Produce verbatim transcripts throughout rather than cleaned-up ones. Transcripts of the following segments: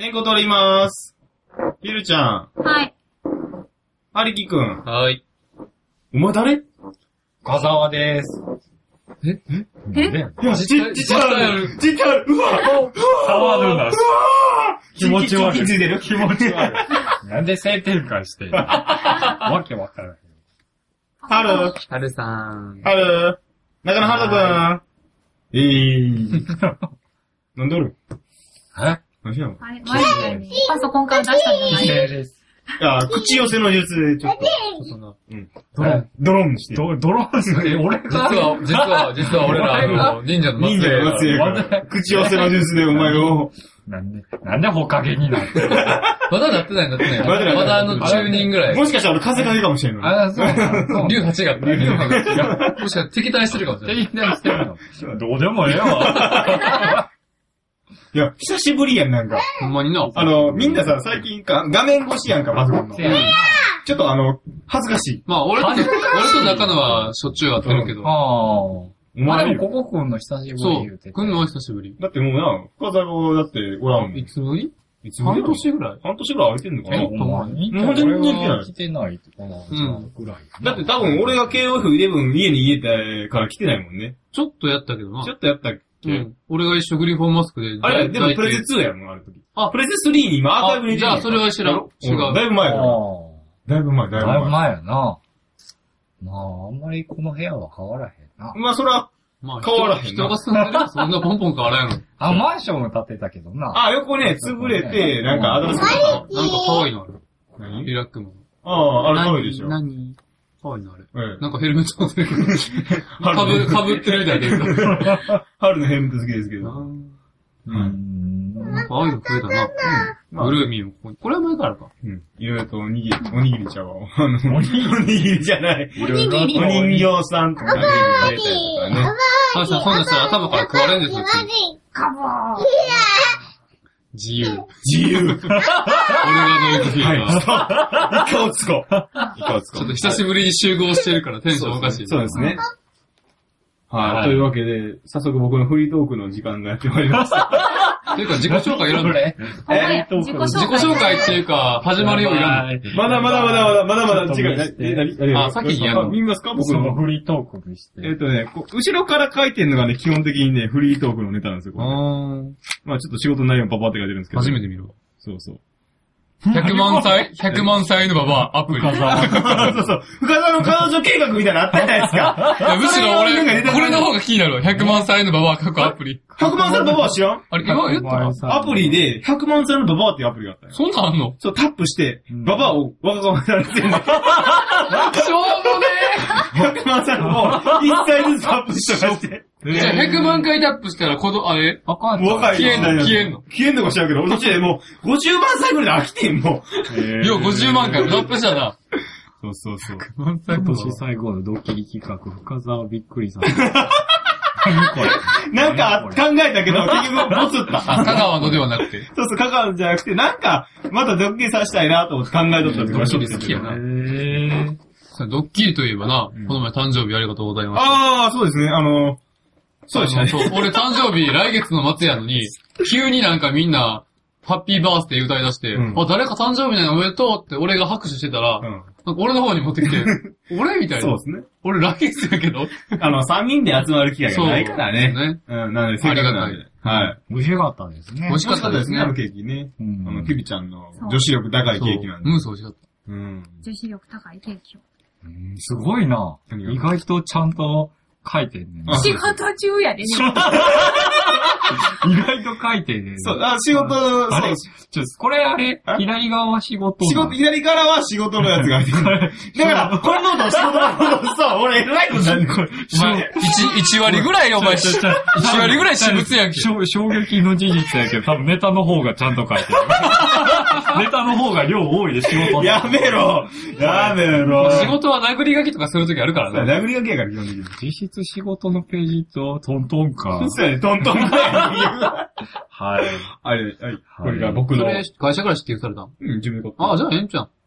点呼取りまーす。ひるちゃん。 はい。 はりきくん。 はい。 お前誰？ 深沢でーす。 えええいや、ち、ちっちゃいる。ちっちゃいる。うわ触るな。気持ち悪い。 気づいてる気持ち悪い。なんで性転換してるわけわからへん。 はる。 はるさん。 はる。中野はるとくん。えー。飲んどる？ え何しよう。 はい、前にパソコンから出したんじゃない性です。 いや、口寄せの術でちょっと。 そんな。 うん。ドローン。ドローンして。 ドドローンする。俺が実は、実は、実は俺ら、あの、忍者の忍者の末裔が。口寄せの術でお前を。 なんで、なんでほかげになってるまだなってないなってない。 まだなってないまだあの中人ぐらい。 もしかしたら俺風かけかもしれんの。 あ、そうなの。 竜八が。竜八が違う。もしかしたら敵対してるかもしれない。 敵対してるの。どうでもええわ。 いや、久しぶりやん、なんか。 ほんまにな。 あの、みんなさ、最近か、画面越しやんか、パソコンの。 せやなちょっとあの、恥ずかしい。 まあ、俺と、俺と中野はしょっちゅう会ってるけど。 ああ。 お前まあでも、ここくんの久しぶりそう言うて。。 来んのは久しぶり。 だってもうな、深沢だっておらんもん。 いつぶりいつぶり半年ぐらい半年ぐらい空いてんのかなえ、ほんまにもう全然来てない俺は来てないとかな、 うんぐらい。 だって多分俺が ケーオーエフじゅういち 家に入れてから来てないもんね。 ちょっとやったけどな。 ちょっとやったっけ、 うん。俺が一緒グリフォンマスクで。 あれ、でもプレゼツーやもん、ある時。あ、プレゼスリーに今アーカイブにあじゃあそれは知らん。違う。 だいぶ前あだよ。だいぶ前、だいぶ前。 だいぶ前やな。まあ、あんまりこの部屋は変わらへんな。 まあ、そら、 まあ、 変わらへんな人が住んでるそんなポンポン変わらんやろ。 あ、マンションを建てたけどな。 あ、横ね、潰れて、なんか新しくなった。 なんか可愛いのある。 何リラックマン。 ああ、あれ可愛いでしょ。 何可愛いのあれ。 ええなんかヘルメット持ってるけど。かぶ、かぶってるみたいで言うと。 春のヘルメット好きですけど。 う。 うんん。 可愛いの増えたな。 まあブルーミーもここに。これは前からか。 うん。いろいろとおにぎり、おにぎりちゃうわ。あの、おにぎりじゃない。 おにぎりお人形さんとかね、入れたりとかね。 ハルさん、そんなんしたら頭から食われんですよ。 かぼー。 自由。 自由。 俺がノイズフィルター。 イカをつこう。イカをつこう。 ちょっと久しぶりに集合してるからテンションおかしい。 そうですね。は。 はいいというわけで、早速僕のフリートークの時間がやってまいりました。 というか自己紹介いらんのれほんまや自己紹介。 自己紹介っていうか、始まるよういらんの。 まだまだまだまだ、まだまだ、違う。え、なになにあ先にやるの見ますか僕そのの。 フリートークにして。 えっとね、こう後ろから書いてんのがね、基本的にね、フリートークのネタなんですよ。これあー。 まあちょっと仕事内容パパって書いてるんですけど。 初めて見るわ。 そうそう。 ひゃくまん歳 ?ひゃく 万歳のババア、アプリ。 深沢。 そうそう。深田の彼女計画みたいなのあったじゃないですか。 いやむしろ俺、 それが出てこないこれの方が気になるわ。ひゃくまん歳のババア過去アプリ。 ひゃくまん歳のババア知らんあれ、今言ったアプリで、ひゃくまん歳のババアっていうアプリがあったよ。 そんなんあんのそう、タップしてうん、 ババアを若返られてんの。 しょうもねひゃくまん歳のババアをいっさいずつタップしてまして。 え。じゃあひゃくまん回タップしたら、この、あれあかん若い消えんの消えんの消えんのか知らんけど、俺そっちでもう、ごじゅうまん歳ぐらいで飽きてん、もう。 ようごじゅうまん回タップしたな。 そうそうそう。 万歳今年最後のドッキリ企画、深沢びっくりさん。何これなんか考えたけど、結局、ボツった。 あ、香川のではなくて。 そうそう、香川じゃなくて、なんか、またドッキリさせたいなと思って考えとったってドッキリ好きやなへー。 ドッキリといえばな、 うんこの前誕生日ありがとうございました。 ああ、そうですね、あの、そうでしたね。 そう、俺誕生日来月の末やのに、急になんかみんな、ハッピーバースデー歌い出して、 うんあ、誰か誕生日なのおめでとうって俺が拍手してたら、 うん。 なんか俺の方に持ってきて、俺みたいな。 そうですね。 俺来月やけど。 あの、三人で集まる機会がないからね。 ね。 うん、なので、せっかくなんで。はい。 美味しかったですね。 美味しかったですね。 あのケーキね。 うんあの、キビちゃんの女子力高いケーキなんで。 そうムース美味しかった。 うん。 女子力高いケーキを。 うんすごいな。 何が意外とちゃんと書いてんねんな。 あ仕事中やで、ね。 意外と書いてんねんな。 そう、あ、仕事、 あれそう。 ちょ、これあれあ左側は仕事。 仕事、左からは仕事のやつが入ってる。だから、このノート仕事のノートさ、俺偉いことなんだこれ。 お前、一、一割ぐらいお前、 ちょちょ一割ぐらい私物やんけ。 衝衝撃の事実やけど、多分ネタの方がちゃんと書いてる。ネタの方が量多いで仕事。 やめろやめろ仕事は殴り書きとかするときあるからね。 殴り書きやから、基本的に。 実質仕事のページとトントンか。 そうやね、トントンぐらい。 はい。 あれ、はい。これが僕の。 それ、会社から知って言されたんうん、自分で買った。 あ、じゃあええんちゃん。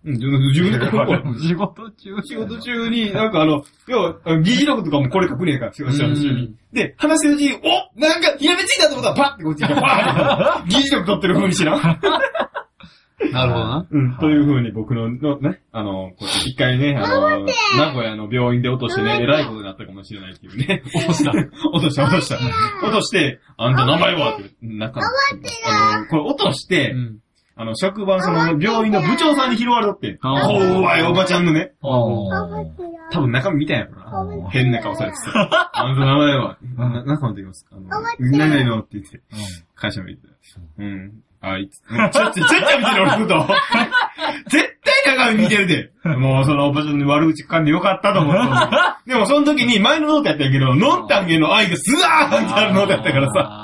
うん、自分で書くから。 仕事中仕事中に、なんかあの、要は、議事録とかもこれ書くねえから、仕事中に。で、話してるうちに、おなんか、ひらめついたと思ったら、パッてこっちに、パーッて、議事録取ってる風にしな。 なるほどな。 うん、という風に僕の、のね、あの、こう一回ね、あの、名古屋の病院で落としてね、えらいことになったかもしれないっていうね。 落とした。 落とした、落とした。落として、あんた名前はって、なんか、あの、これ落として、うんあの、職場、その、病院の部長さんに拾われとって、怖いおばちゃんのね。多分中身見たんやろな。変な顔されてさ。あの名前は、な、中身で言います。あの、何々のって言って、会社も言って。うん。あいつ。ちょっと、ちょっと見てる俺のこと。絶対中身見てるで。もうそのおばちゃんに悪口書かんでよかったと思った。でもその時に前のノートやったんやけど、ノンタンゲの愛がスワーンってあるノートやったからさ。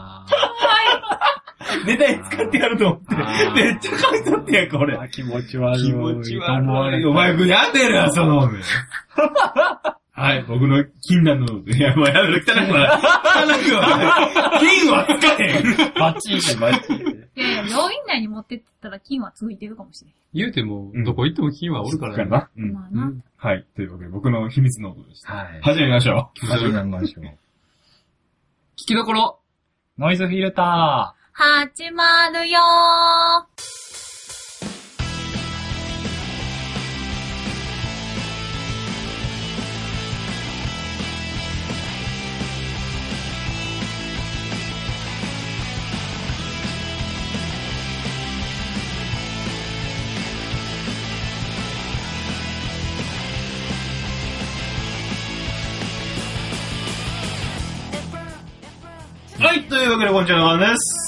ネタに使ってやると思って。めっちゃ書いとってやんか、俺。 気持ち悪い。 気持ち悪い。お前、やめるや、その。はい、僕の禁断の、いや、もうやめる、汚くはない。汚くはない。金はつかへん。 バッチリバッチリ。 いやいや、病院内に持ってってったら金はついてるかもしれん。 言うても、どこ行っても金はおるからね。 な。 まあな。 はい、というわけで僕の秘密ノートでした。 はい。 始めましょう。始めましょう。 聞きどころ。 ノイズフィルター。 始まるよー。 はい、というわけでこんにちは、ワンです。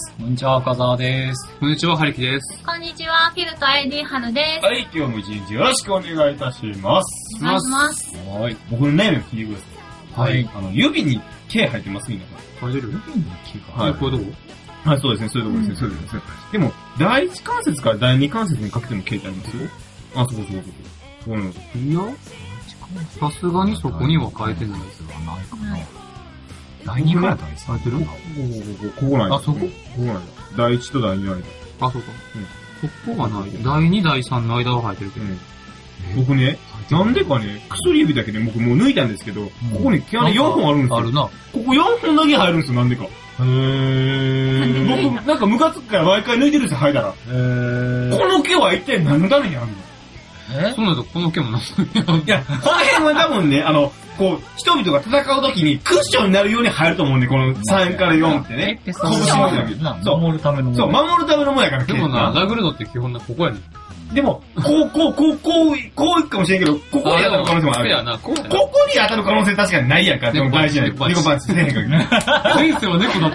こんにちは、岡沢です。 こんにちは、はりきです。 こんにちは、フィルト アイディー はるです。 はい、今日も一日よろしくお願いいたします。 お願いします。 はい。僕のネーム聞いてください。はい。あの、指に毛生えてます、みんな。 生えてる指に毛が。 はい。これどこはい、そうですね、そういうとこですね、そういうとこですね。でも、第一関節から第二関節にかけても毛ってありますよ。あ、そうそうそうそう。そういや、さすがにそこには変えてないですよ。 ないかな。第二から第三。 変えてるここない。 あ、そこここない。第一と第二の間。 あ、そうか。うん。そこはない。第二、第三の間は生えてるけど。 僕ね、なんでかね、薬指だけで僕もう抜いたんですけど、ここに毛穴よんほんあるんですよ。 あるな。 ここよんほんだけ生えるんですよ、なんでか。へー。僕、なんかムカつくから毎回抜いてるんですよ、生えたら。へー。この毛は一体何のためにあるの？ えそうなるとこの毛もな。いや、この辺は多分ね、あの、こう、人々が戦うときにクッションになるように入ると思うんで、このさんからよんってね。拳のだけ。 そう。守るためのもの。 そう、守るためのものやから。 でもな、殴るのって基本な、ここやねん。 でも、こう、こう、こう、こう、こういくかもしれんけど、ここに当たる可能性もある。 やな、こここに当たる可能性確かにないやんか。でも大事な。猫パンチせえへんから。 前世は猫だった。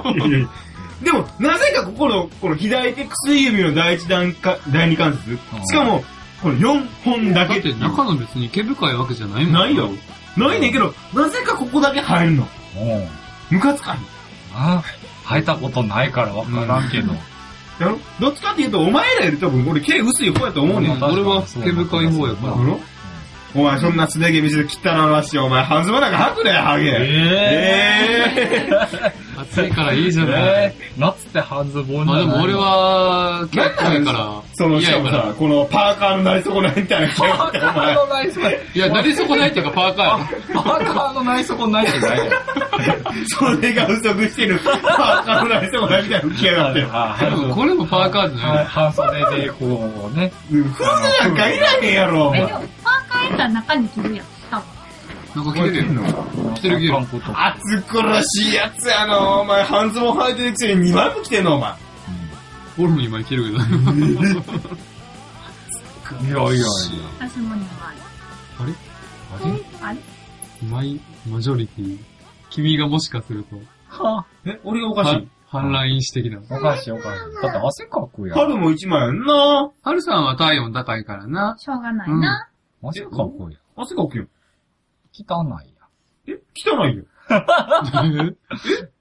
でも、なぜかここの、この左手薬指の第一段か、第二関節。しかも、このよんほんだけ。 だって中の別に毛深いわけじゃないもん。 ないよ。ないねんけど、なぜかここだけ生えるの。ムカつかん。 ああ、生えたことないからわからんけど。 どっちかっていうと、お前らより多分俺毛薄い方やと思うねん。 俺は毛深い方やから。 お前そんなすね毛見せて汚らしい。お前半ズボンなんか履くねハゲ。えぇー。暑いからいいじゃない。 夏って半ズボンじゃない。 まあでも俺は、毛濃いから。 その、しかもさ、このパーカーのなり損ないみたいな毛パーカーのなり損ない。 いや、なり損ないっていうかパーカーや。 パーカーのなり損ないってないよ。 袖が不足してるパーカーのなり損ないみたいな毛やがってよ。 これもパーカーじゃない。 半袖でこうね。 フードなんかいらねえやろ。 え、でもパーカーやったら中に着るやん。多分。 なんか着てるよ。着てる着てる。 暑苦しいやつやのお前半ズボン履いてるくせににまいも着てんのお前。 俺も今着てるけど。いやいやいや。 私もにまい。 あれあれあれマイ、マジョリティ。君がもしかすると。 はぁえ、俺がおかしい反乱因子的な。 おかしいおかしい。だって汗かくやん。 春も一枚やんな。 春さんは体温高いからな。 しょうがないな。 汗かくやん。 汗かくよ。 汚いやん。 え汚いよ。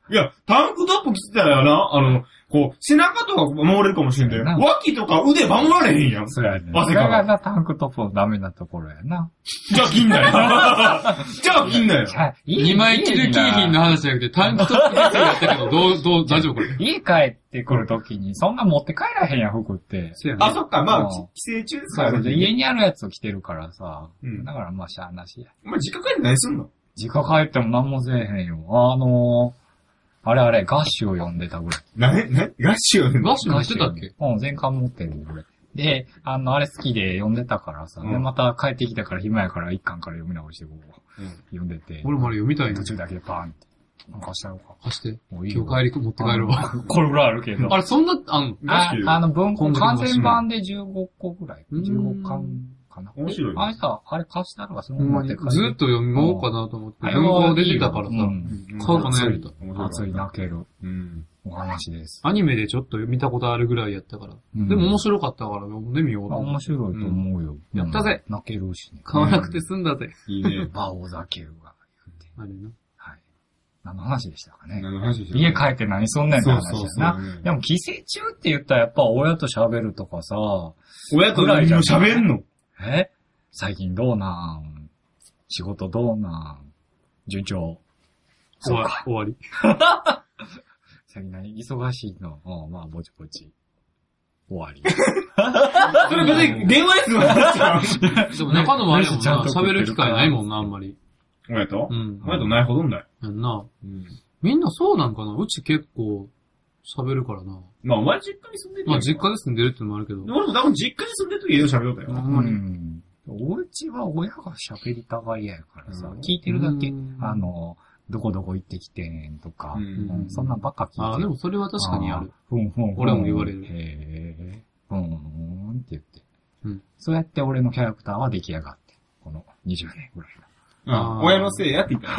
いや、タンクトップ着てたらな、あの、こう、背中とか守れるかもしれんだよ。脇とか腕守られへんやん。 そうやね。 汗かそれがな、タンクトップのダメなところやな。 じゃあ着んなよ。じゃあ着んなよ。 二枚着る景品の話じゃなくて、タンクトップやったけど、どう、どう、大丈夫これ。 家帰ってくるときに、そんな持って帰らへんやん、服って。 あ、そっか、まあ、帰省中ですからね。家にあるやつを着てるからさ。 うん。 だからまあ、しゃあなしや。 お前、実家帰って何すんの？ 実家帰っても何もせえへんよ。あのー、あれあれ、ガッシュを読んでたぐらい。 なになガッシュを読んでた？ ガッシュ持ってたっけ？ うん、全巻持ってる俺。で、あの、あれ好きで読んでたからさ。うん、で、また帰ってきたから暇やから一巻から読み直してこう、うん、読んでて。 俺もあれ読みたいね。 途中だけパーンって。貸したろうか。 貸して。もういいよ。今日帰り持って帰るわ。 これぐらいあるけど。 あれ、そんな、あの、 ああの、文庫、完全版でじゅうごこぐらい。じゅうごかんかな。 面白い。 あれさ、あれ貸したのがそのままずっと読もうかなと思って。文庫出てたからさ。買うか悩んでた。 熱い泣ける。お話です。 アニメでちょっと見たことあるぐらいやったから。でも面白かったから読んでみようと。 面白いと思うよ。 やったぜ。 泣けるしね。 買わなくて済んだぜ。 いいね。 バオザケルが。 あれな。 何の話でしたかね。 何の話でしたか家帰って何すんねんって話やな。でも帰省中って言ったらやっぱ親と喋るとかさ。 親と何も喋るの？ え？最近どうなん仕事どうなん順調。 そうか。終わり。 最近何忙しいの？うん、まあぼちぼち。終わり。 それ別に電話ですよ。 でも中野もあれもな、喋る機会ないもんな、あんまり。 親と？ うん。 親とないほどんだよ。 やんな。うん。みんなそうなんかな？うち結構喋るからな。 まあお前実家に住んでるまあ実家で住んでるってのもあるけど。 俺も多分実家に住んでる時家で喋ろうたよ。 あんまり。 お家は親が喋りたがりやからさ、聞いてるだけ。あの、どこどこ行ってきてんとか、そんなばっか聞いてる。 あ、でもそれは確かにある。 ふんふん。 俺も言われる。 へぇー。ふんふんって言って。そうやって俺のキャラクターは出来上がって。このにじゅうねんぐらい。 ああ親のせいやって言った。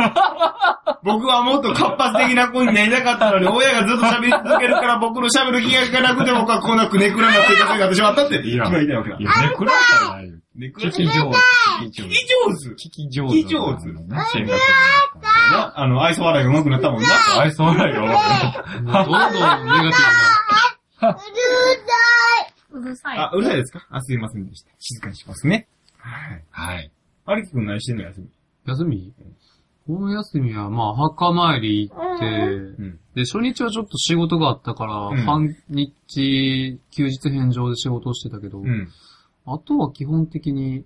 僕はもっと活発的な子になりたかったのに、親がずっと喋り続けるから僕の喋る気がなくて僕はこんなくねくらな生活になってしまったって言われたわけだ。 いや、ねくらじゃないよ。 ねくら聞き上手。 聞き上手。 聞き上手。聞き上手。 性格あの、愛想笑いが上手くなったもんな。 愛想笑いが上手くなった。 どんどんネガティブな。 うるさい。 あ、うるさいですか？あ、すいませんでした。静かにしますね。 はい。はい。 ありきくん何してんの休み？ 休み？本休みは、まあ、墓参り行って、うん、で、初日はちょっと仕事があったから、うん、半日、休日返上で仕事をしてたけど、うん、あとは基本的に、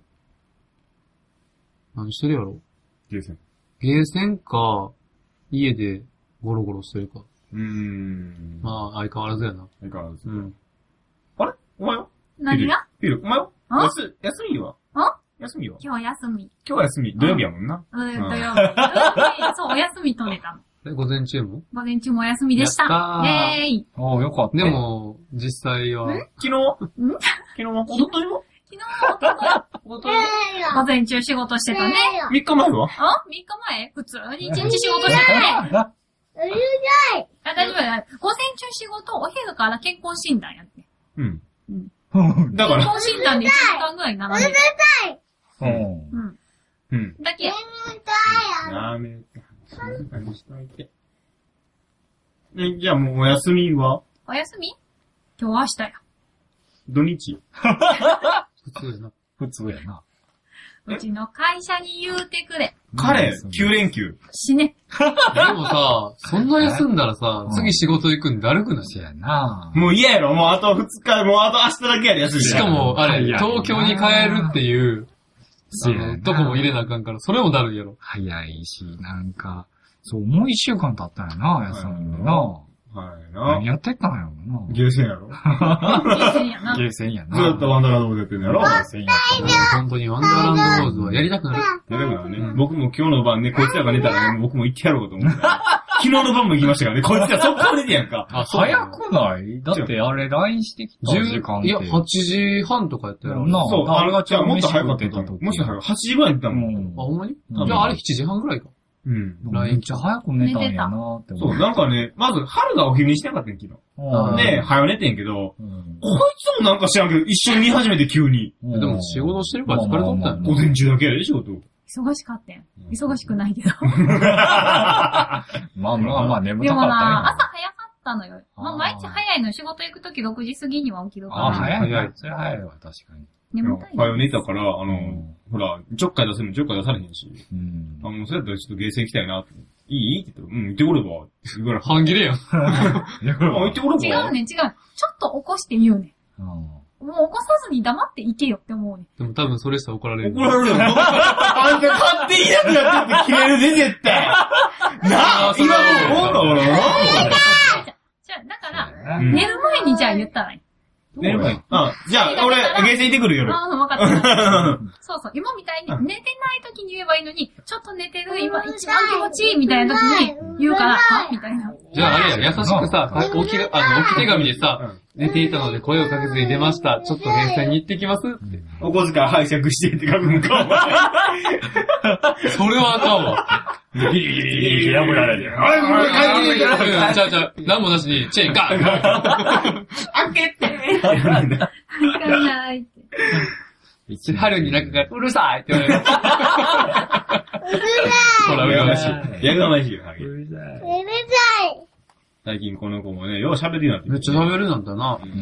何してるやろ？ ゲーセン。 ゲーセンか、家でゴロゴロしてるか。 うーん。 まあ、相変わらずやな。 相変わらず。 うん。 あれお前は？ 何が？ ピル、お前は？休、休みは？ あ？ 休みは？ 今日休み。 今日は休み。土曜日やもんな。 うん、土曜日。土曜日。そう、お休み取れたの。 え、午前中も？ 午前中もお休みでした。 やったー。 イェーイ。 ああ、よかった。 でも、実際は。 昨日ん昨日は？おとといは？ 昨日、おととい。午前中仕事してたね。 みっかまえは？ あ ?みっかまえ普通に一日仕事してたね。うるさい。あ、大丈夫だよ。午前中仕事、お昼から健康診断やって。 うん。うん。だから。 健康診断でいちじかんぐらい並んでる。うるさい。 うん。 うん。だけ。 やめて。静かにしといて。え、じゃあもうお休みは？ お休み？今日明日や。 土日？ 普通やな。 普通やな。 うちの会社に言うてくれ。 彼、きゅう連休。 死ね。 でもさ、そんな休んだらさ、次仕事行くんだるくない？ やな。 もう嫌やろ。もうあとふつか、もうあと明日だけやで休み。 しかも、あれ、東京に帰るっていう、あの、とこも入れなあかんから、それもだるんやろ。 早いし、なんか、そう、もう一週間経ったんやな、休みでな。 はいな。 何やってたんやろな。 ゲーセンやろ。 ゲーセンやな。 ゲーセンやな。 ずっとワンダーランドでやってんやろ。 ゲーセンやな。 本当にワンダーランドローズはやりたくなる。 やりたくなるね。僕も今日の晩ね、こいつらが寝たらね、僕も行ってやろうと思って。昨日の晩も行きましたからね、こいつら速攻寝てやんか。 あ、早くないだってあれ ライン してきた時間って。 いや、はちじはんとかやったやろ。 そう、あれが違う、もっと早かったと思う。もしかしたらはちじぐらいに寝たもん。 あ、ほんまに？じゃああれしちじはんぐらいか。 うん。 めっちゃ早く寝たんやなって思う。そう、なんかね、まず、春がお昼にしてなかったん昨日。で、早寝てんけど、こいつもなんか知らんけど、一緒に見始めて急に。 でも仕事してるから疲れとったよ午前中だけやで、仕事。 忙しかったよ。 忙しくないけど。 まあまあまあ眠たかったんや。 でもな、朝早かったのよ。まあ毎日早いのよ。仕事行くときろくじ過ぎには起きるから。 あ、早い早い。それ早いわ、確かに。 眠たい。 早寝たから、あの、ほら、ちょっかい出せるのちょっかい出されへんし。うん。あ、もうそうやったらちょっとゲーセン行きたいなって。いいって言ったら、うん、行ってこれば。言うから。 半切れやん。 あ、行ってこれば。 違うね、違う。ちょっと起こして言うね。うん。もう起こさずに黙って行けよって思うね。 でも多分それしたら怒られる。 怒られるよ。あんた勝手にいなくなってって切れるね、絶対。なあ、今のもんだからな。じゃあ、だから、寝る前にじゃあ言ったらいい。 寝る前に。あ、じゃあ、俺、ゲーセン行ってくるよ。 ああ、わかった。そうそう。今みたいに寝てない時に言えばいいのに、ちょっと寝てる、今一番気持ちいいみたいな時に言うから、はみたいな。 じゃああれや、優しくさ、起き、あの、置き手紙でさ、寝ていたので声をかけずに出ました。ちょっとゲーセンに行ってきますって。 お小遣い拝借してって書くのか、お前。それはあかんわ。 ギリギリギリギリ破られる。あれ、これ帰ってきた。じゃあじゃあ、何もなしに、チェーンガーン開けて開かないって。 春に中から、うるさいって言われる。うるさいほら、うらましい。 やがましいよ、ハゲ。 うるさい。 最近この子もね、よう喋るようになってめっちゃ喋るなんだな。うん。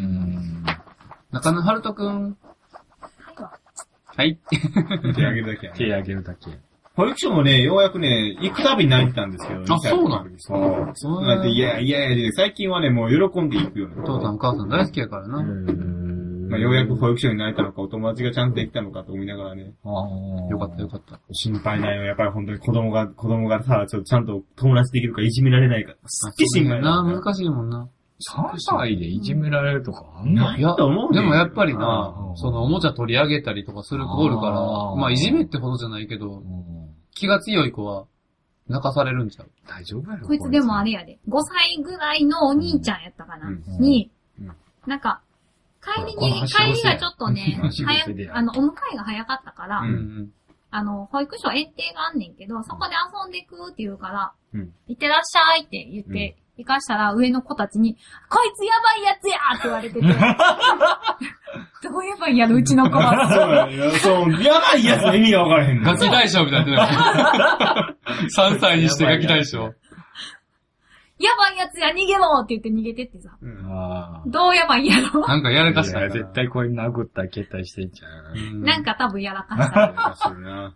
中野春人くん。はい。 手あげるだけやね。 手あげるだけ。 保育所もね、ようやくね、行くたびに泣いてたんですけど、 あ、そうなのそう。そうなって、いやいやいや、最近はね、もう喜んで行くようになった。 父さんお母さん大好きやからな。 まあ、ようやく保育所に泣いたのか、お友達がちゃんと行ったのかと思いながらね。 ああ。よかったよかった。 心配ないよ。やっぱり本当に子供が、子供がさ、ちょっとちゃんと友達できるかいじめられないか。すっげえ心配な。難しいもんな。 さんさいでいじめられるとかあんの？いや、と思う。 でもやっぱりな、そのおもちゃ取り上げたりとかする子おるから、まあいじめってほどじゃないけど、気が強い子は泣かされるんちゃう？ 大丈夫やろ？ こいつでもあれやで。ごさいぐらいのお兄ちゃんやったかな、に、なんか、帰りに、帰りがちょっとね、早、あの、お迎えが早かったから、うん、あの、保育所園庭があんねんけど、そこで遊んでくって言うから、うん、行ってらっしゃいって言って、うん、行かしたら上の子たちに、こいつやばいやつやーって言われてて、どうやばいやろ、うちの子は。 そうやね。そう、やばいやつの意味が分からへんガキ大将みたいになってる。さんさいにしてガキ大将。 やばいやつや、逃げろって言って逃げてってさ。うん、どうやばいやろなんかやらかしたら。絶対これ殴ったり蹴ったりしてんじゃん。なんか多分やらかした。やらかしてるな。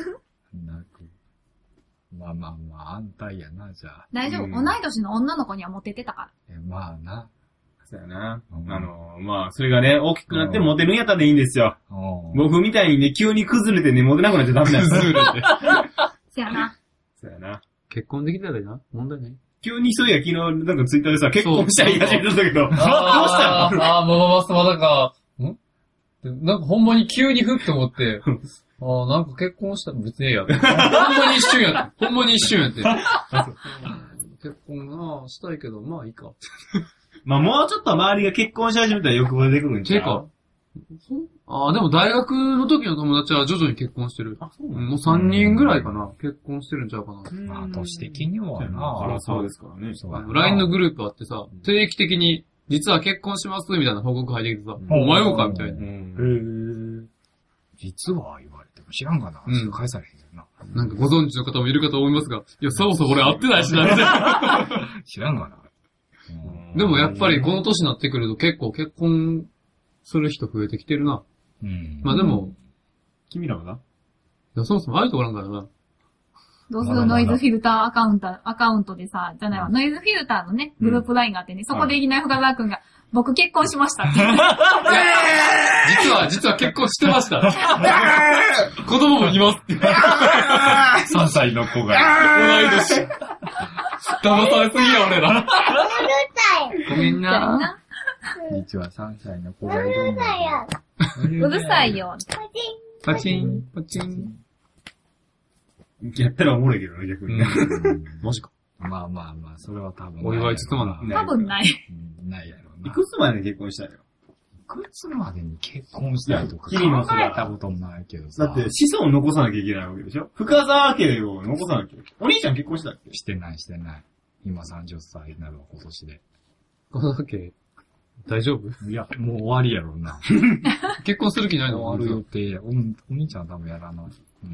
まあまあまあ、安泰やな、じゃあ。 大丈夫、うん、同い年の女の子にはモテてたから。 え、まあな。 そうやな。うん、あの、まあ、それがね、大きくなってモテるんやったらいいんですよ。僕みたいにね、急に崩れてね、モテなくなっちゃダメだよ。崩れて。 そうやな。 そうやな。 結婚できたらいいな。問題ない。 急にそういや、昨日、なんかツイッターでさ、結婚したいやついたんだけど、どうしたのああ、まあまあまあ、まだか。んなんかほんまに急にふって思って、ああ、なんか結婚したら別にええや。ほんまに一瞬やって。ほんまに一瞬やって。結婚なあしたいけど、まあいいか。 まあもうちょっと周りが結婚し始めたら欲望出てくるんちゃう？てか、 ああ、でも大学の時の友達は徐々に結婚してる。あ、そうなの？もうさんにんぐらいかな。結婚してるんちゃうかな。 まあ、年的にはな。 あ、そうですからね。 ライン のグループあってさ、定期的に、実は結婚しますみたいな報告入ってきてさ、お前もかみたいな。へぇ実は言われても知らんがな。すぐ返されへんよな。 なんかご存知の方もいるかと思いますが、いや、そもそも俺会ってないしな、みたいな。 知らんがな。 でもやっぱりこの年になってくると結構結婚する人増えてきてるな。うん、まあでも、 君らはな。いや、そもそもあるとおらんからな。 どうするノイズフィルターアカウント、アカウントでさ、じゃないわ、ノイズフィルターのね、グループラインがあってね、そこでいきなり深澤くんが、僕結婚しましたって。いや、 実は、実は結婚してました。子供もいますって。 さんさいの子が。 同い年。騙されすぎや、俺ら。ごめんな。 実はさんさいの子がいるんだよ。 うるさいよ。 パチン、パチン。 やったらおもろいけどね、逆に。 マジか。 まあまあまあ、それは多分。 お祝いつくまな。 多分ない。 ないやろな。いくつまでに結婚したいの？ いくつまでに結婚したいとか考えたこともないけどさ。 だって子孫を残さなきゃいけないわけでしょ？深沢家を残さなきゃいけない。お兄ちゃん結婚したっけ？ してないしてない。今さんじゅっさいになるわ、今年で。 深沢家大丈夫？ いや、もう終わりやろうな。 結婚する気ないの？ 終わる予定や。お兄ちゃんは多分やらない。うん。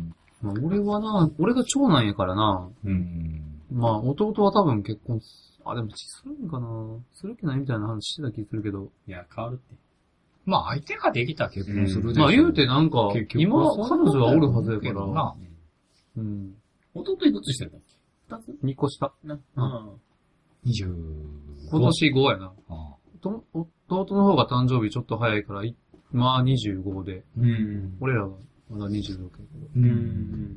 まあ俺はな、俺が長男やからな。 うん。 まあ弟は多分結婚す、あ、でもするんかな。する気ないみたいな話してた気するけど。 いや、変わるって。 まあ相手ができたら結婚するでしょ。 まあ言うてなんか、今彼女はおるはずやから。なうん。弟いくつしてたっけ？二つ？ 二個下。 な、うん。 二十。 今年ごやな。と弟の方が誕生日ちょっと早いから、まあにじゅうごで。うん。俺らはまだにじゅうろくやけど。うん。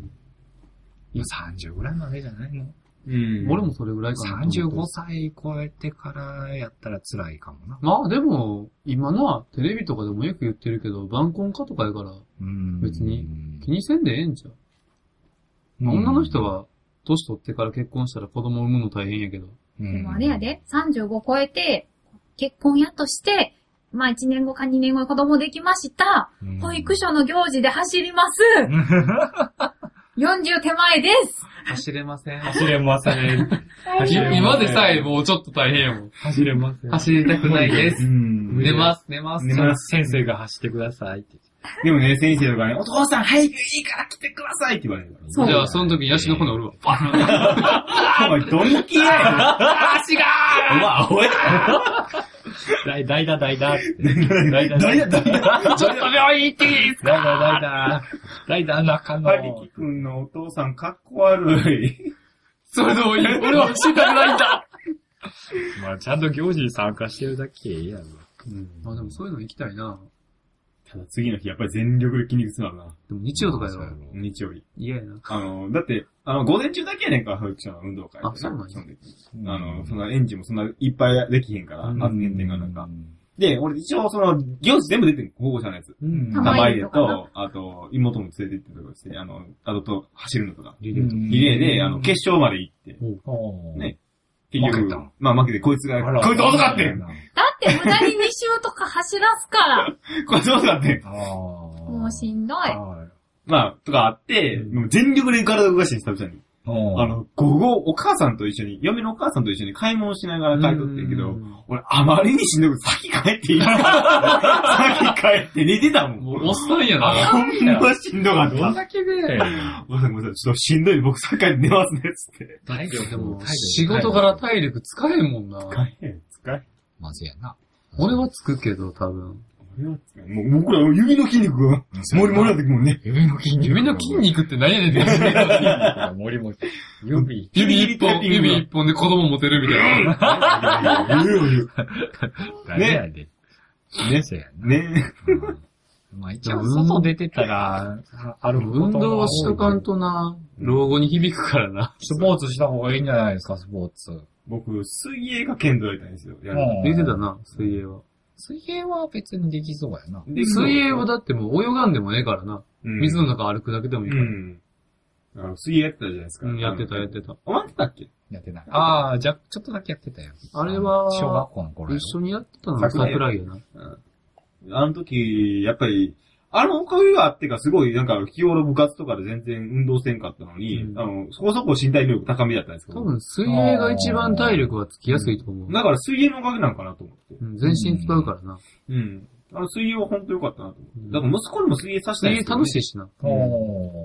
さんじゅうぐらいまでじゃないの？ うん。俺もそれぐらいかな。 さんじゅうごさい超えてからやったら辛いかもな。 まあでも、今な、テレビとかでもよく言ってるけど、晩婚化とかやから、別に気にせんでええんちゃう。まあ、女の人は、年取ってから結婚したら子供産むの大変やけど。 でもあれやで、さんじゅうご超えて、結婚やっとして、まあいちねんごかにねんごに子供できました。保育所の行事で走ります。よんじゅう手前です。 走れません。 走れません。 今でさえもうちょっと大変やもん。 走れません。 走りたくないです。寝ます、寝ます。 寝ます。先生が走ってくださいって。 でもね、先生とかね、お父さん早くいいから来てくださいって言われるから。 そう。じゃあ、その時にヤシの骨折るわ。バーンお前、どんきやや足がーうわ、おい代打、代打、代打。 代打、代打、代打。 ちょっと病院行っていいですか代打、代打。代打、中野。 はりきくんのお父さん、かっこ悪い。 それでもいい。俺は走りたくないんだ。 まあ、ちゃんと行事に参加してるだけいいやろ。 うん。まあでもそういうの行きたいな。 ただ次の日、やっぱり全力で筋肉痛なるな。 でも日曜とかやろ。 日曜日。 嫌やな。 あの、だって、あの、午前中だけやねんか、保育所の運動会。 あ、そうなんや。 あの、そんな園児もそんないっぱいできへんから、預けんてんがなんか。で、俺一応その、行事全部出てる、保護者のやつ。玉入れと、あと、妹も連れて行ってとかして、あの、あとと走るのとか。リレーとか。リレーで、あの、決勝まで行って。ね。結局、まあ負けてこいつが、こいつ遅かってんだって無駄にに周とか走らすから。 こいつ遅かってんもうしんどい。 まあ、とかあって、もう全力で体を動かして久々に。あの、午後、お母さんと一緒に、嫁のお母さんと一緒に買い物しながら帰っとってんけど、俺、あまりにしんどくて、先帰っていいですか先帰って寝てたもん。 もう、おっさんやな。 ほんましんどかった。 どんだけで。 ごめんなさい、ちょっとしんどい、僕先帰って寝ますね、つって。 体力でも、仕事から体力使えんもんな。 使えん、使えん。 まずやな。 俺はつくけど、多分。 俺はつく。もう僕ら指の筋肉が、モリモリな時もね。 指の筋肉。 指の筋肉って何やねんって。指の筋肉モリモリ。指。 指一本、指一本で子供持てるみたいな。 言うよ言う。 ね。やで。ね。せやな。 ね。 まあ一応外出てたら、ある運動はしとかんとな、老後に響くからな。 スポーツした方がいいんじゃないですか、スポーツ。 僕、水泳が剣道やりたいんですよ。やる。 出てたな、水泳は。 水泳は別にできそうやな。 水泳はだってもう泳がんでもええからな。水の中歩くだけでもいいから。うん。 あの、水泳やってたじゃないですか。 うん、やってた、やってた。 お前やってたっけやってない。ああ、じゃ、ちょっとだけやってたよ。 あれは、 小学校の頃。 一緒にやってたのが桜井やな。 うん。あの時、やっぱり、あのおかげがあってか、すごい、なんか、日頃部活とかで全然運動せんかったのに、うん、あの、そこそこ身体力高めだったんですけど。 多分、水泳が一番体力はつきやすいと思う。 だから、水泳のおかげなんかなと思って。 うん、全身使うからな。 うん。うん、あの、水泳は本当良かったなと思って。うん、だから、息子にも水泳させたい、 ね。水泳楽しいしな。うん、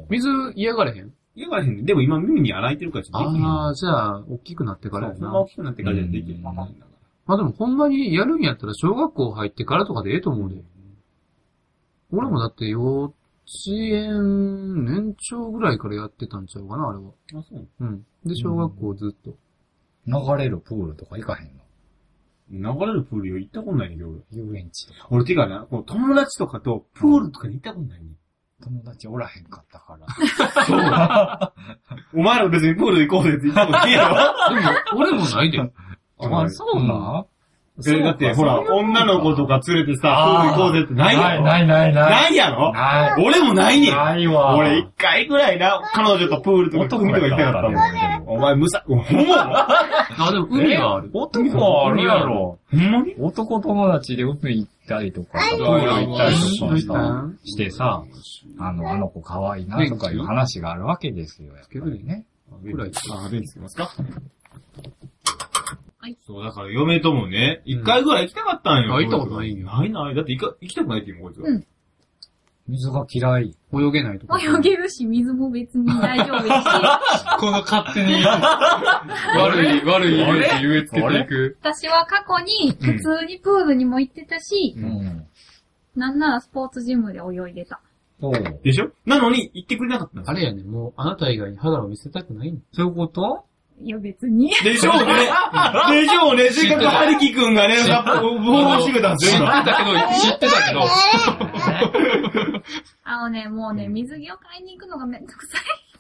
水嫌がれへん嫌がれへん。でも今耳に洗いてるからちょっとできへん。 ああ、じゃあ、大きくなってからやな。 ほんま大きくなってからじゃできへん。まあでも、ほんまにやるんやったら、小学校入ってからとかでええと思うで。俺もだって幼稚園年長ぐらいからやってたんちゃうかな、あれは。 あ、そう。 うん。で、小学校ずっと。 流れるプールとか行かへんの？流れるプールよ、行ったことないねんけど、 俺。遊園地とか。 俺てかな、この友達とかとプールとかに行ったことないねん。 友達おらへんかったから。 そうだ。お前ら別にプール行こうぜって言ったことないやろ。 でも、俺もないで。 あ、そうな？ え、だって、ほら、女の子とか連れてさ、プール行こうぜってないやろ？ ないないない。 ないやろ？ ない。 俺もないねん。 ないわ。 俺一回ぐらいな、彼女とプールとか海とか行きたかったもん。お前、むさ、ほんま？ あ、でも海がある。 男はあるやろ。 ほんまに？ 男友達で海行ったりとか、プール行ったりとかしてさ、あの、あの子可愛いなとかいう話があるわけですよ。やっぱりね。 くらい。あ、便利つけますか？はい。そう、だから嫁ともね、一回ぐらい行きたかったんよ。 行ったことないんよ。 ないない。だって行か、行きたくないって言うもん、こいつは。うん。 水が嫌い。 泳げないとか。 泳げるし、水も別に大丈夫だし。 この勝手に悪い、悪いイメージ植え付けていく。 私は過去に普通にプールにも行ってたし、 うん、 なんならスポーツジムで泳いでた。 でしょ？なのに行ってくれなかったんですあれやね、もうあなた以外に肌を見せたくないの。 そういうこと？ いや別に。 でしょうね。でしょうね。せっかくハリキ君がね、ボールしてくれたんですよ。 知ってたけど、知ってたけど。 あのね、もうね、水着を買いに行くのがめんどくさい。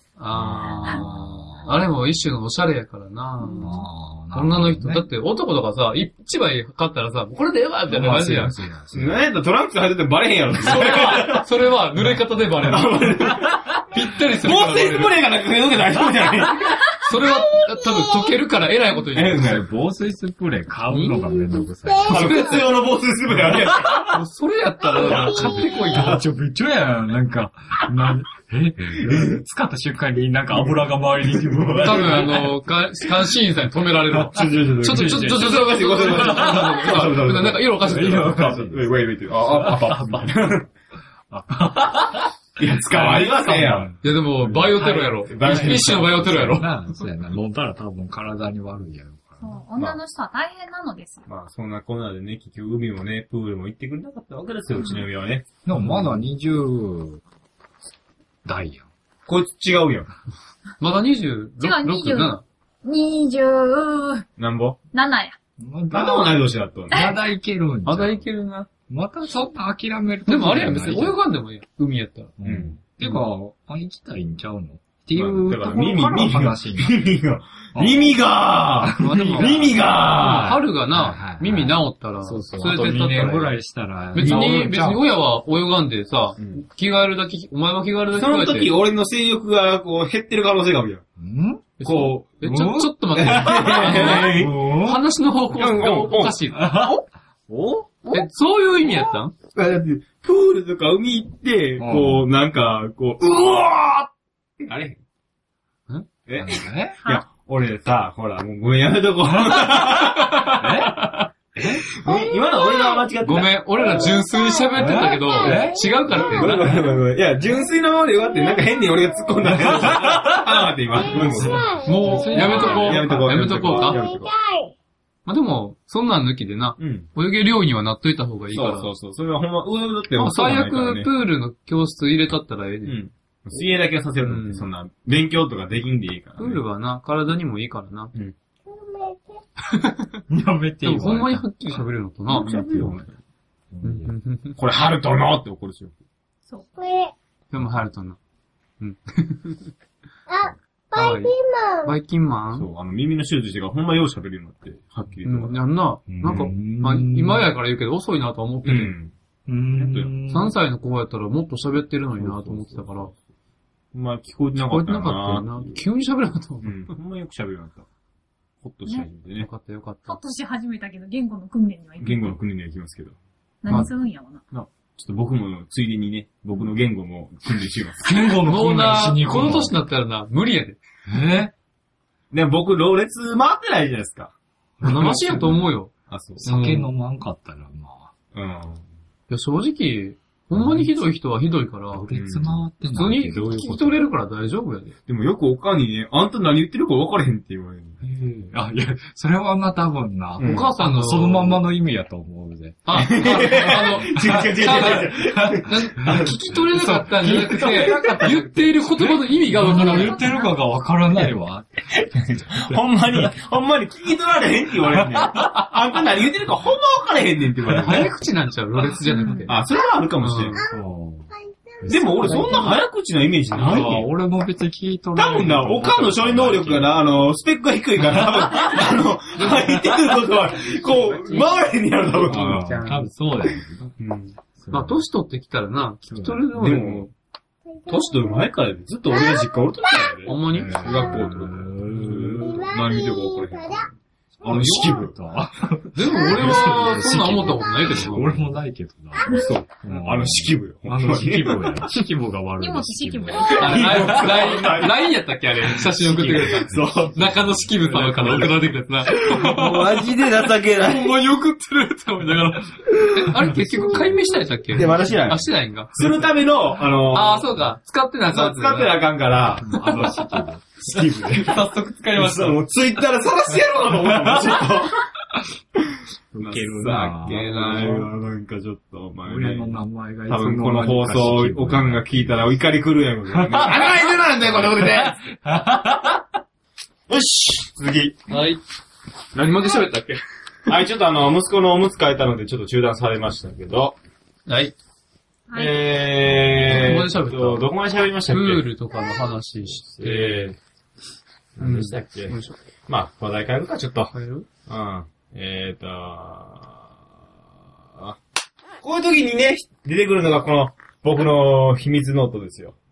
ああ。あれも一種のおしゃれやからな。女の人、だって男とかさ、一枚買ったらさ、これでええわみたいな感じやん。 なんやったらトランクス履いててバレへんやろ。 それは、それは濡れ方でバレる。ぴったりする。 防水スプレーがなくて大丈夫じゃないそれは多分溶けるから偉いこと言う。 防水スプレー買うのがめんどくさい。 あの、普通の防水スプレーあるやつ。それやったら、買ってこいよ。 ちょ、びっちょやん。なんか、な、え、使った瞬間になんか油が周りに。 多分あの、監視員さんに止められる。ちょっと、ちょっと、ちょっと、ちょっと、ちょっと、ちょっと、なんか色おかしい。 色おかしい。ウェイウェイウェイ。あ、あ、あ、あ。いや、使われませんやん。 いやでも、バイオテロやろ。一種のバイオテロやろ。 そうやな。飲んだら多分体に悪いやろ。 そう、女の人は大変なのですよ。 まあ、そんなこんなでね、結局海もね、プールも行ってくれなかったわけですよ、うちの海はね。 でもまだにじゅう代やん。 こいつ違うやん。 まだにじゅうろく、 にじゅうなな。にじゅうなんぼ ? なな や。 まだ同い年だったんだ。 まだいけるんじゃん。 まだいけるな。 またそんな諦める。 でもあれやん、別に泳がんでもいいやん。海やったら。 うん。てか、あ、行きたいんちゃうのっていうところから話にな耳が、耳が、耳が、 春がな、耳治ったら、 そうそう、あとにねんぐらいしたら、 別に、別に親は泳がんでさ、着替えるだけ、お前は着替えるだけ着替えて。 その時俺の性欲がこう減ってる可能性があるやん。 んこう、 え、ちょ、ちょっと待って。話の方向がおかしい。 おえ、そういう意味やったん？ だって、プールとか海行って、こう、なんか、こう、うわーってあれんええいや、俺さ、ほら、もうごめんやめとこう。え今の俺が間違ってた。 ごめん、俺ら純粋に喋ってたけど、違うからって。 ごめんごめんごめんごめん。いや、純粋なままでよかって、なんか変に俺が突っ込んだけど。あーって今。 もう、やめとこう。 やめとこう。 やめとこうか。 やめとこう。 まあでも、そんなん抜きでな、うん、泳げるようにはなっといた方がいいから。 そうそうそう。それはほんま、泳ぐだって、 まあ、最悪、プールの教室入れたったらええで。うん。 水泳だけはさせるのって、うん、そんな、勉強とかできんでいいから、 ね。プールはな、体にもいいからな。うん。 やめてよ。 でもほんまにはっきり喋れるのとな。 やめてよ。これ、ハルトのって怒るしよ。 そう。これ。 でもハルトの。うん。 あ。バイキンマン。 バイキンマンそう、あの、耳の手術してからほんまよう喋るようになって、はっきりと。 うん、やんな。なんか、まあ、今やから言うけど遅いなとは思ってて。うん。さんさいの子やったらもっと喋ってるのになと思ってたから。 まあ、聞こえてなかったな。聞こえてなかったよな。 急に喋らなかったもん。 うん。ほんまよく喋るようになった。ほっとし始めてね。 よかったよかった。 ほっとし始めたけど、言語の訓練には行く。 言語の訓練には行きますけど。 何するんやろな。 な。ちょっと僕も、ついでにね、僕の言語も訓練します。 言語の訓練しに行く。この年になったらな、無理やで。 えでも僕、ローレツ回ってないじゃないですか。 生しやと思うよ。 あ、そう。 酒飲まんかったら、まあ。 うん。いや、正直、ほんまにひどい人はひどいから、 ローレツ回ってない。 普通に聞き取れるから大丈夫やで。 でもよくおかんにね、あんた何言ってるか分からへんって言われる。 あ、いや、それはな、多分な、 お母さんのそのまんまの意味やと思うぜ。 あ、あの、違う違う違う違う。聞き取れなかったんじゃなくて、言っている言葉の意味が分からない。 言ってるかが分からないわ。 ほんまに、ほんまに聞き取られへんって言われるね。あんた何言ってるかほんま分からへんねんって言われる。 早口なんちゃう、ロレツじゃなくて。 あ、それはあるかもしれん。でも俺そんな早口なイメージない。 俺も別に聞いとる。 多分な、おかんの処理能力がな、あの、スペックが低いから、多分、あの、入ってくることは、こう、回れへんやろ、多分。 多分そうだよ。 うん。まあ、年取ってきたらな、聞き取れるのでも、 年取る前からずっと俺が実家おるときだよね。 ほんまに学校とか。何見てるか分からへん。 あの式部。 でも俺は、そんな思ったことないけど。 俺もないけどな。 そう。あの式部よ。 あの式部や。式部が悪い。 荷物式部。 あれ、ライン やったっけあれ。写真送ってくれた。そう。中野式部様から送られてくるやつな。 マジで情けない。 ほんまに送ってるって思いながら。え、あれ結局解明したんやったっけで、まだしない。 あ、してないんか。 するための、あのああ、そうか。使ってなあかん。 使ってなあかんから、あの式部。スキブで。 早速使いました。 もうツイッターで探してやろうかと思ったもん、ちょっと。 ウケるなぁ。 ウケないわ、なんかちょっと、お前、ね。 俺の名前がいつ多分この放送、おかんが聞いたら怒り来るやん。あかいてなんだよ、これ、俺で。よし、次。 はい。何まで喋ったっけ？ はい、ちょっとあの、息子のおむつ替えたので、ちょっと中断されましたけど。 はい。 えー、 どこまで喋ったどこまで喋りましたっけ？ プールとかの話して。 えー、何でしたっけ？まあ、話題変えるか、ちょっと。 変える？ うん。えーと、こういう時にね、出てくるのがこの、僕の秘密ノートですよ。